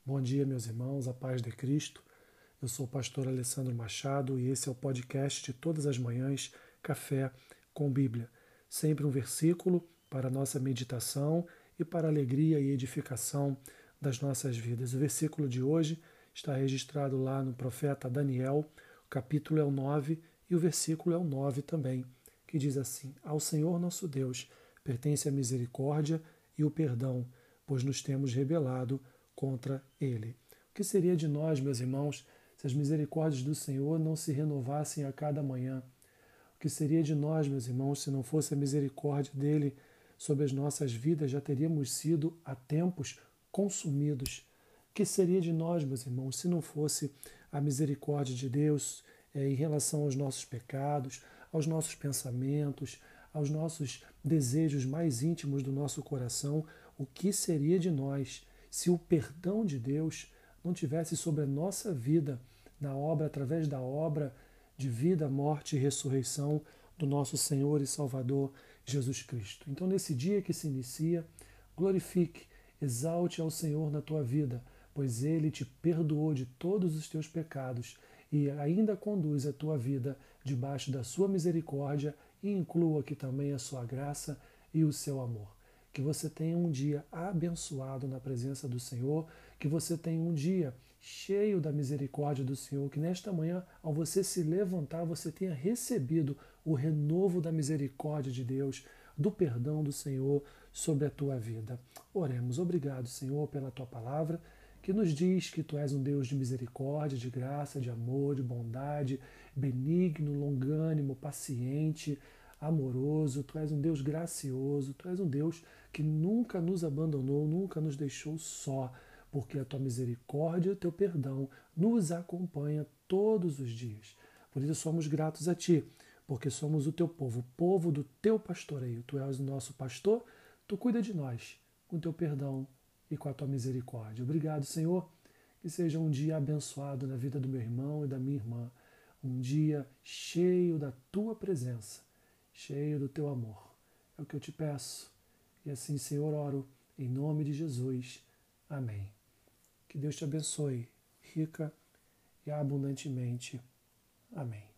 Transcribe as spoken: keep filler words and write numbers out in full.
Bom dia, meus irmãos, a paz de Cristo. Eu sou o pastor Alessandro Machado e esse é o podcast de todas as manhãs, Café com Bíblia. Sempre um versículo para a nossa meditação e para a alegria e edificação das nossas vidas. O versículo de hoje está registrado lá no profeta Daniel, o capítulo é o nove e o versículo é o nove também, que diz assim: Ao Senhor nosso Deus pertence a misericórdia e o perdão, pois nos temos rebelado contra ele. O que seria de nós, meus irmãos, se as misericórdias do Senhor não se renovassem a cada manhã? O que seria de nós, meus irmãos, se não fosse a misericórdia dele sobre as nossas vidas? Já teríamos sido há tempos consumidos. O que seria de nós, meus irmãos, se não fosse a misericórdia de Deus eh, em relação aos nossos pecados, aos nossos pensamentos, aos nossos desejos mais íntimos do nosso coração? O que seria de nós se o perdão de Deus não tivesse sobre a nossa vida, na obra, através da obra de vida, morte e ressurreição do nosso Senhor e Salvador Jesus Cristo? Então, nesse dia que se inicia, glorifique, exalte ao Senhor na tua vida, pois Ele te perdoou de todos os teus pecados e ainda conduz a tua vida debaixo da sua misericórdia e inclua aqui também a sua graça e o seu amor. Que você tenha um dia abençoado na presença do Senhor, que você tenha um dia cheio da misericórdia do Senhor, que nesta manhã, ao você se levantar, você tenha recebido o renovo da misericórdia de Deus, do perdão do Senhor sobre a tua vida. Oremos. Obrigado, Senhor, pela tua palavra, que nos diz que tu és um Deus de misericórdia, de graça, de amor, de bondade, benigno, longânimo, paciente, amoroso. Tu és um Deus gracioso, tu és um Deus que nunca nos abandonou, nunca nos deixou só, porque a tua misericórdia e o teu perdão nos acompanha todos os dias. Por isso somos gratos a ti, porque somos o teu povo, o povo do teu pastoreio. Tu és o nosso pastor, tu cuida de nós, com o teu perdão e com a tua misericórdia. Obrigado, Senhor, que seja um dia abençoado na vida do meu irmão e da minha irmã, um dia cheio da tua presença, cheio do teu amor. É o que eu te peço. E assim, Senhor, oro em nome de Jesus. Amém. Que Deus te abençoe, rica e abundantemente. Amém.